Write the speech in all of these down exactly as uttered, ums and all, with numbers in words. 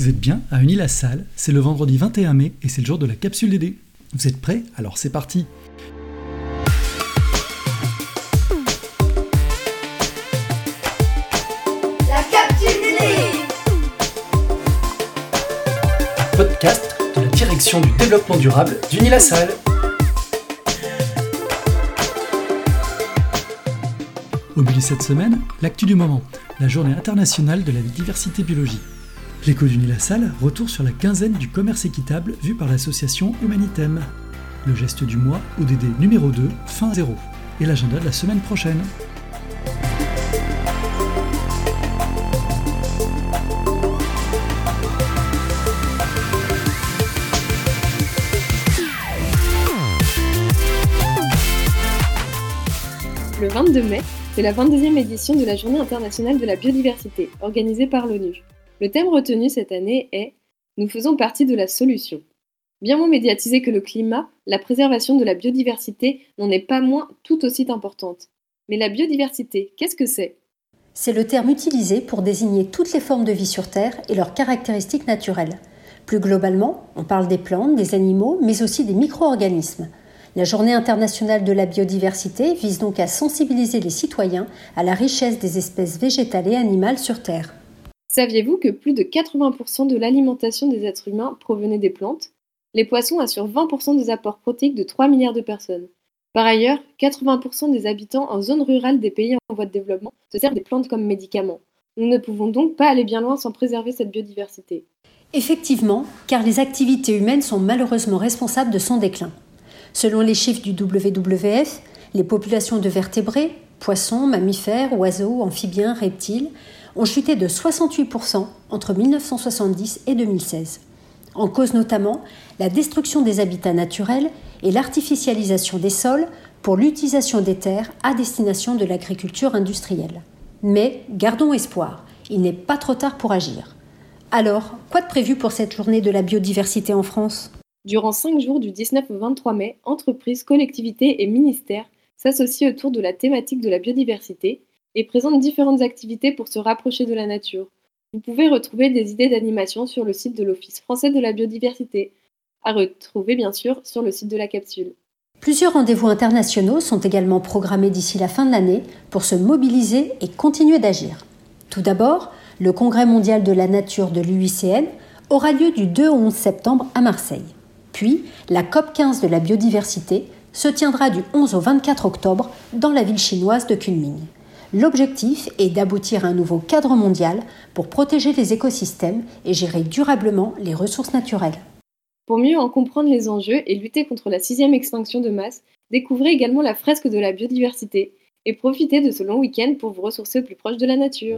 Vous êtes bien à Unis-la-Salle, c'est le vendredi vingt et un mai et c'est le jour de la capsule Dédé. Vous êtes prêts? Alors c'est parti. La capsule Dédé. Podcast de la direction du développement durable d'Unis-la-Salle. Au milieu de cette semaine, l'actu du moment, la journée internationale de la diversité biologique. L'écho d'Unis-la-Salle, retour sur la quinzaine du commerce équitable vu par l'association Humanitem. Le geste du mois, O D D numéro deux, fin zéro. Et l'agenda de la semaine prochaine. Le vingt-deux mai, c'est la vingt-deuxième édition de la Journée internationale de la biodiversité, organisée par l'ONU. Le thème retenu cette année est « Nous faisons partie de la solution ». Bien moins médiatisée que le climat, la préservation de la biodiversité n'en est pas moins tout aussi importante. Mais la biodiversité, qu'est-ce que c'est ? C'est le terme utilisé pour désigner toutes les formes de vie sur Terre et leurs caractéristiques naturelles. Plus globalement, on parle des plantes, des animaux, mais aussi des micro-organismes. La Journée internationale de la biodiversité vise donc à sensibiliser les citoyens à la richesse des espèces végétales et animales sur Terre. Saviez-vous que plus de quatre-vingts pour cent de l'alimentation des êtres humains provenait des plantes ? Les poissons assurent vingt pour cent des apports protéiques de trois milliards de personnes. Par ailleurs, quatre-vingts pour cent des habitants en zone rurale des pays en voie de développement se servent des plantes comme médicaments. Nous ne pouvons donc pas aller bien loin sans préserver cette biodiversité. Effectivement, car les activités humaines sont malheureusement responsables de son déclin. Selon les chiffres du W W F, les populations de vertébrés, poissons, mammifères, oiseaux, amphibiens, reptiles, ont chuté de soixante-huit pour cent entre mille neuf cent soixante-dix et deux mille seize. En cause notamment la destruction des habitats naturels et l'artificialisation des sols pour l'utilisation des terres à destination de l'agriculture industrielle. Mais gardons espoir, il n'est pas trop tard pour agir. Alors, quoi de prévu pour cette journée de la biodiversité en France ? Durant cinq jours du dix-neuf au vingt-trois mai, entreprises, collectivités et ministères s'associent autour de la thématique de la biodiversité et présentent différentes activités pour se rapprocher de la nature. Vous pouvez retrouver des idées d'animation sur le site de l'Office français de la biodiversité, à retrouver bien sûr sur le site de la capsule. Plusieurs rendez-vous internationaux sont également programmés d'ici la fin de l'année pour se mobiliser et continuer d'agir. Tout d'abord, le Congrès mondial de la nature de l'U I C N aura lieu du deux au onze septembre à Marseille. Puis, la COP quinze de la biodiversité se tiendra du onze au vingt-quatre octobre dans la ville chinoise de Kunming. L'objectif est d'aboutir à un nouveau cadre mondial pour protéger les écosystèmes et gérer durablement les ressources naturelles. Pour mieux en comprendre les enjeux et lutter contre la sixième extinction de masse, découvrez également la fresque de la biodiversité et profitez de ce long week-end pour vous ressourcer au plus proche de la nature.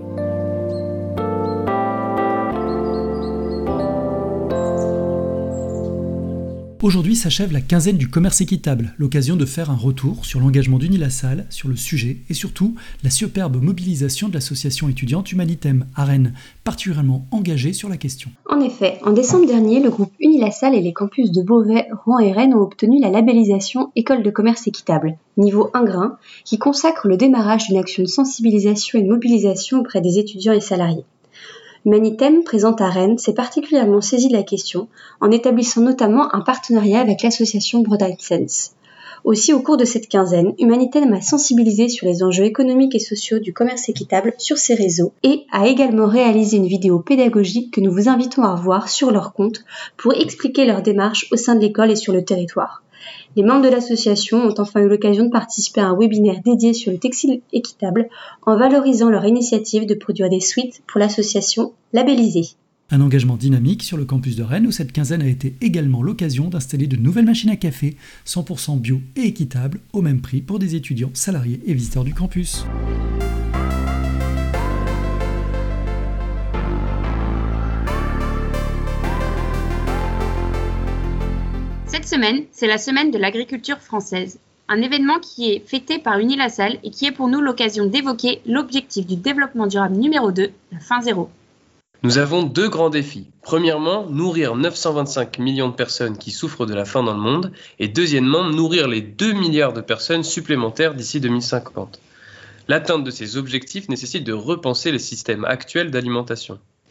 Aujourd'hui s'achève la quinzaine du commerce équitable, l'occasion de faire un retour sur l'engagement d'Unis-la-Salle, sur le sujet et surtout la superbe mobilisation de l'association étudiante Humanitem à Rennes, particulièrement engagée sur la question. En effet, en décembre dernier, le groupe Unis-la-Salle et les campus de Beauvais, Rouen et Rennes ont obtenu la labellisation École de commerce équitable, niveau un grain, qui consacre le démarrage d'une action de sensibilisation et de mobilisation auprès des étudiants et salariés. Humanitem, présente à Rennes, s'est particulièrement saisi de la question en établissant notamment un partenariat avec l'association Bretagne Sense. Aussi, au cours de cette quinzaine, Humanitem a sensibilisé sur les enjeux économiques et sociaux du commerce équitable sur ses réseaux et a également réalisé une vidéo pédagogique que nous vous invitons à voir sur leur compte pour expliquer leur démarche au sein de l'école et sur le territoire. Les membres de l'association ont enfin eu l'occasion de participer à un webinaire dédié sur le textile équitable en valorisant leur initiative de produire des suites pour l'association labellisée. Un engagement dynamique sur le campus de Rennes où cette quinzaine a été également l'occasion d'installer de nouvelles machines à café cent pour cent bio et équitables au même prix pour des étudiants, salariés et visiteurs du campus. Cette semaine, c'est la semaine de l'agriculture française, un événement qui est fêté par Unis-la-Salle et qui est pour nous l'occasion d'évoquer l'objectif du développement durable numéro deux, la fin zéro. Nous avons deux grands défis. Premièrement, nourrir neuf cent vingt-cinq millions de personnes qui souffrent de la faim dans le monde et deuxièmement, nourrir les deux milliards de personnes supplémentaires d'ici deux mille cinquante. L'atteinte de ces objectifs nécessite de repenser les systèmes actuels d'alimentation.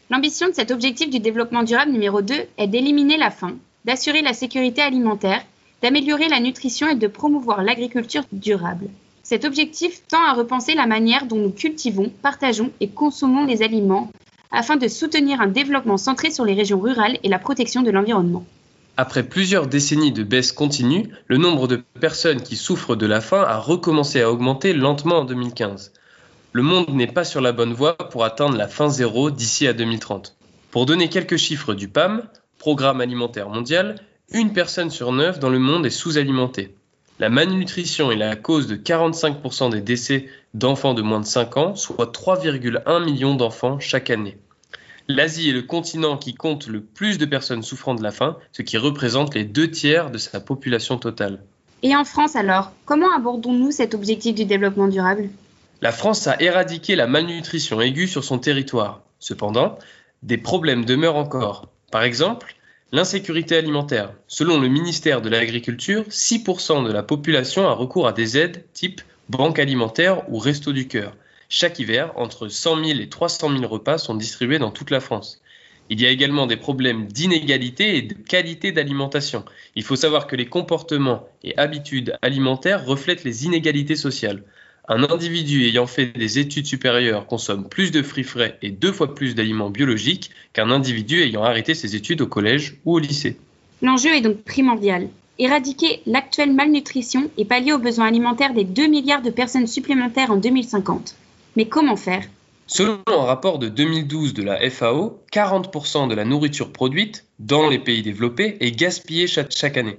L'ambition de cet objectif du développement durable numéro deux est d'éliminer la faim, d'assurer la sécurité alimentaire, d'améliorer la nutrition et de promouvoir l'agriculture durable. Cet objectif tend à repenser la manière dont nous cultivons, partageons et consommons les aliments afin de soutenir un développement centré sur les régions rurales et la protection de l'environnement. Après plusieurs décennies de baisse continue, le nombre de personnes qui souffrent de la faim a recommencé à augmenter lentement en deux mille quinze. Le monde n'est pas sur la bonne voie pour atteindre la faim zéro d'ici à deux mille trente. Pour donner quelques chiffres du P A M, Programme alimentaire mondial, une personne sur neuf dans le monde est sous-alimentée. La malnutrition est la cause de quarante-cinq pour cent des décès d'enfants de moins de cinq ans, soit trois virgule un millions d'enfants chaque année. L'Asie est le continent qui compte le plus de personnes souffrant de la faim, ce qui représente les deux tiers de sa population totale. Et en France alors, comment abordons-nous cet objectif du développement durable ? La France a éradiqué la malnutrition aiguë sur son territoire. Cependant, des problèmes demeurent encore. Par exemple, l'insécurité alimentaire. Selon le ministère de l'Agriculture, six pour cent de la population a recours à des aides type banque alimentaire ou resto du cœur. Chaque hiver, entre cent mille et trois cent mille repas sont distribués dans toute la France. Il y a également des problèmes d'inégalité et de qualité d'alimentation. Il faut savoir que les comportements et habitudes alimentaires reflètent les inégalités sociales. Un individu ayant fait des études supérieures consomme plus de fruits frais et deux fois plus d'aliments biologiques qu'un individu ayant arrêté ses études au collège ou au lycée. L'enjeu est donc primordial. Éradiquer l'actuelle malnutrition et pallier aux besoins alimentaires des deux milliards de personnes supplémentaires en deux mille cinquante. Mais comment faire ? Selon un rapport de deux mille douze de la F A O, quarante pour cent de la nourriture produite dans les pays développés est gaspillée chaque, chaque année.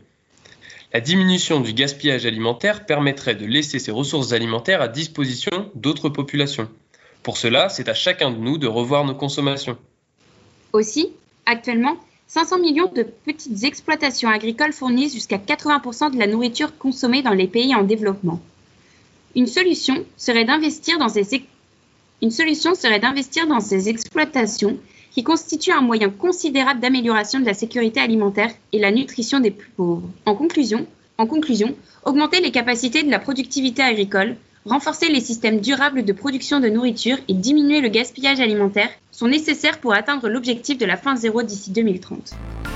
La diminution du gaspillage alimentaire permettrait de laisser ces ressources alimentaires à disposition d'autres populations. Pour cela, c'est à chacun de nous de revoir nos consommations. Aussi, actuellement, cinq cents millions de petites exploitations agricoles fournissent jusqu'à quatre-vingts pour cent de la nourriture consommée dans les pays en développement. Une solution serait d'investir dans ces, Une solution serait d'investir dans ces exploitations qui constituent un moyen considérable d'amélioration de la sécurité alimentaire et la nutrition des plus pauvres. En conclusion, en conclusion, augmenter les capacités de la productivité agricole, renforcer les systèmes durables de production de nourriture et diminuer le gaspillage alimentaire sont nécessaires pour atteindre l'objectif de la faim zéro d'ici deux mille trente.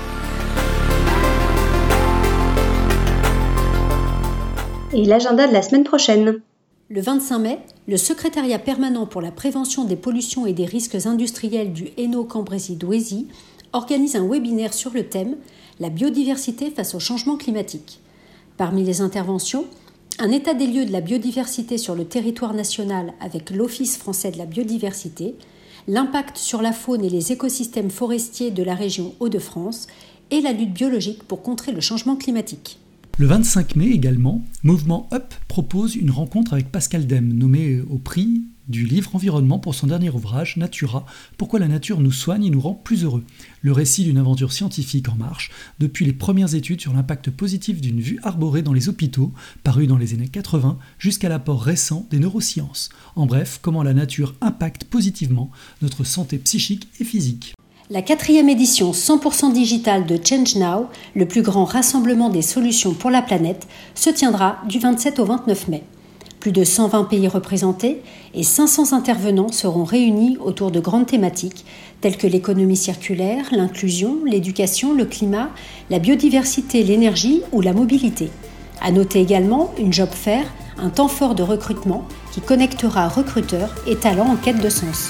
Et l'agenda de la semaine prochaine. Le vingt-cinq mai, le Secrétariat permanent pour la prévention des pollutions et des risques industriels du Hainaut-Cambrésis-Douaisis organise un webinaire sur le thème « La biodiversité face au changement climatique ». Parmi les interventions, un état des lieux de la biodiversité sur le territoire national avec l'Office français de la biodiversité, l'impact sur la faune et les écosystèmes forestiers de la région Hauts-de-France et la lutte biologique pour contrer le changement climatique. Le vingt-cinq mai également, Mouvement Up propose une rencontre avec Pascal Dème, nommé au prix du livre Environnement pour son dernier ouvrage, Natura, pourquoi la nature nous soigne et nous rend plus heureux. Le récit d'une aventure scientifique en marche, depuis les premières études sur l'impact positif d'une vue arborée dans les hôpitaux, paru dans les années quatre-vingts, jusqu'à l'apport récent des neurosciences. En bref, comment la nature impacte positivement notre santé psychique et physique. La quatrième édition cent pour cent digitale de Change Now, le plus grand rassemblement des solutions pour la planète, se tiendra du vingt-sept au vingt-neuf mai. Plus de cent vingt pays représentés et cinq cents intervenants seront réunis autour de grandes thématiques telles que l'économie circulaire, l'inclusion, l'éducation, le climat, la biodiversité, l'énergie ou la mobilité. À noter également une job fair, un temps fort de recrutement qui connectera recruteurs et talents en quête de sens.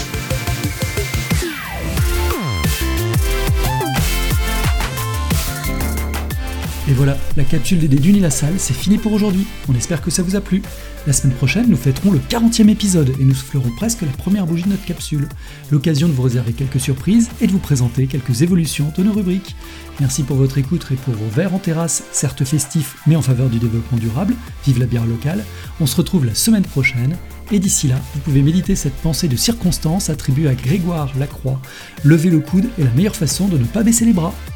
Et voilà, la capsule D D d'Unilassal, c'est fini pour aujourd'hui. On espère que ça vous a plu. La semaine prochaine, nous fêterons le quarantième épisode et nous soufflerons presque la première bougie de notre capsule. L'occasion de vous réserver quelques surprises et de vous présenter quelques évolutions de nos rubriques. Merci pour votre écoute et pour vos verres en terrasse, certes festifs mais en faveur du développement durable. Vive la bière locale. On se retrouve la semaine prochaine. Et d'ici là, vous pouvez méditer cette pensée de circonstance attribuée à Grégoire Lacroix. Lever le coude est la meilleure façon de ne pas baisser les bras.